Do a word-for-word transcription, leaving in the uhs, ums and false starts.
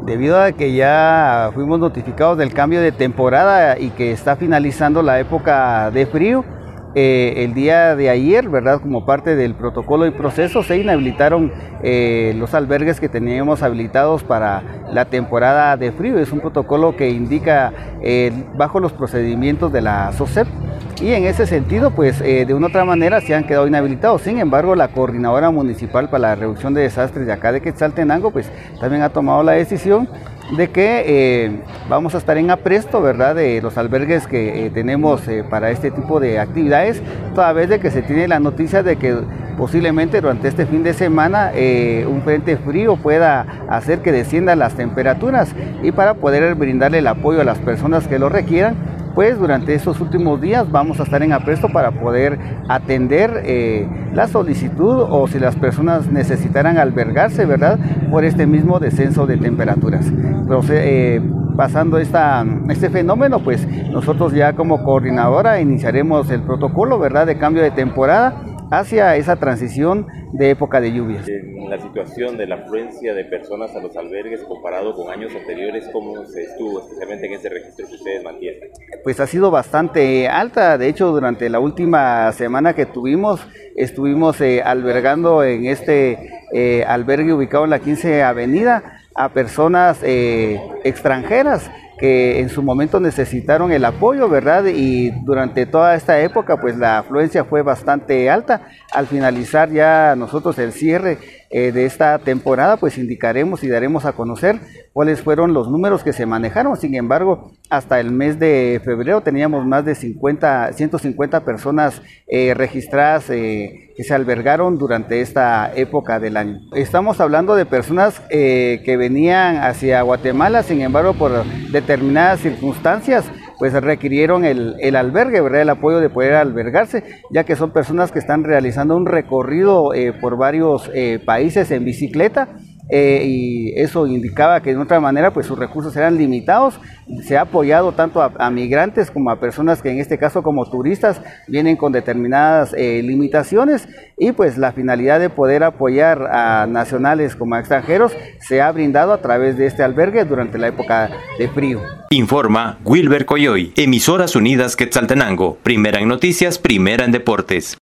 Debido a que ya fuimos notificados del cambio de temporada y que está finalizando la época de frío, eh, el día de ayer, ¿verdad? Como parte del protocolo y proceso, se inhabilitaron eh, los albergues que teníamos habilitados para la temporada de frío. Es un protocolo que indica eh, bajo los procedimientos de la SOCEP. Y en ese sentido, pues eh, de una u otra manera se han quedado inhabilitados. Sin embargo, la Coordinadora Municipal para la Reducción de Desastres de acá de Quetzaltenango, pues también ha tomado la decisión de que eh, vamos a estar en apresto, ¿verdad?, de los albergues que eh, tenemos eh, para este tipo de actividades, toda vez de que se tiene la noticia de que posiblemente durante este fin de semana eh, un frente frío pueda hacer que desciendan las temperaturas, y para poder brindarle el apoyo a las personas que lo requieran, pues durante estos últimos días vamos a estar en apresto para poder atender eh, la solicitud, o si las personas necesitaran albergarse, ¿verdad?, por este mismo descenso de temperaturas. Pero, eh, pasando esta, este fenómeno, pues nosotros ya como coordinadora iniciaremos el protocolo, ¿verdad?, de cambio de temporada hacia esa transición de época de lluvias. En la situación de la afluencia de personas a los albergues comparado con años anteriores, ¿cómo se estuvo, especialmente en ese registro que ustedes mantienen? Pues ha sido bastante alta. De hecho, durante la última semana que tuvimos, estuvimos eh, albergando en este eh, albergue ubicado en la quince avenida a personas eh, extranjeras que en su momento necesitaron el apoyo, ¿verdad? Y durante toda esta época, pues la afluencia fue bastante alta. Al finalizar ya nosotros el cierre eh, de esta temporada, pues indicaremos y daremos a conocer cuáles fueron los números que se manejaron. Sin embargo, hasta el mes de febrero teníamos más de cincuenta, ciento cincuenta personas eh, registradas eh, que se albergaron durante esta época del año. Estamos hablando de personas eh, que venían hacia Guatemala, sin embargo, por determinadas circunstancias, pues requirieron el, el albergue, ¿verdad?, el apoyo de poder albergarse, ya que son personas que están realizando un recorrido eh, por varios eh, países en bicicleta. Eh, y eso indicaba que de otra manera pues sus recursos eran limitados. Se ha apoyado tanto a, a migrantes como a personas que en este caso como turistas vienen con determinadas eh, limitaciones, y pues la finalidad de poder apoyar a nacionales como a extranjeros se ha brindado a través de este albergue durante la época de frío. Informa Wilber Coyoy, Emisoras Unidas Quetzaltenango, primera en noticias, primera en deportes.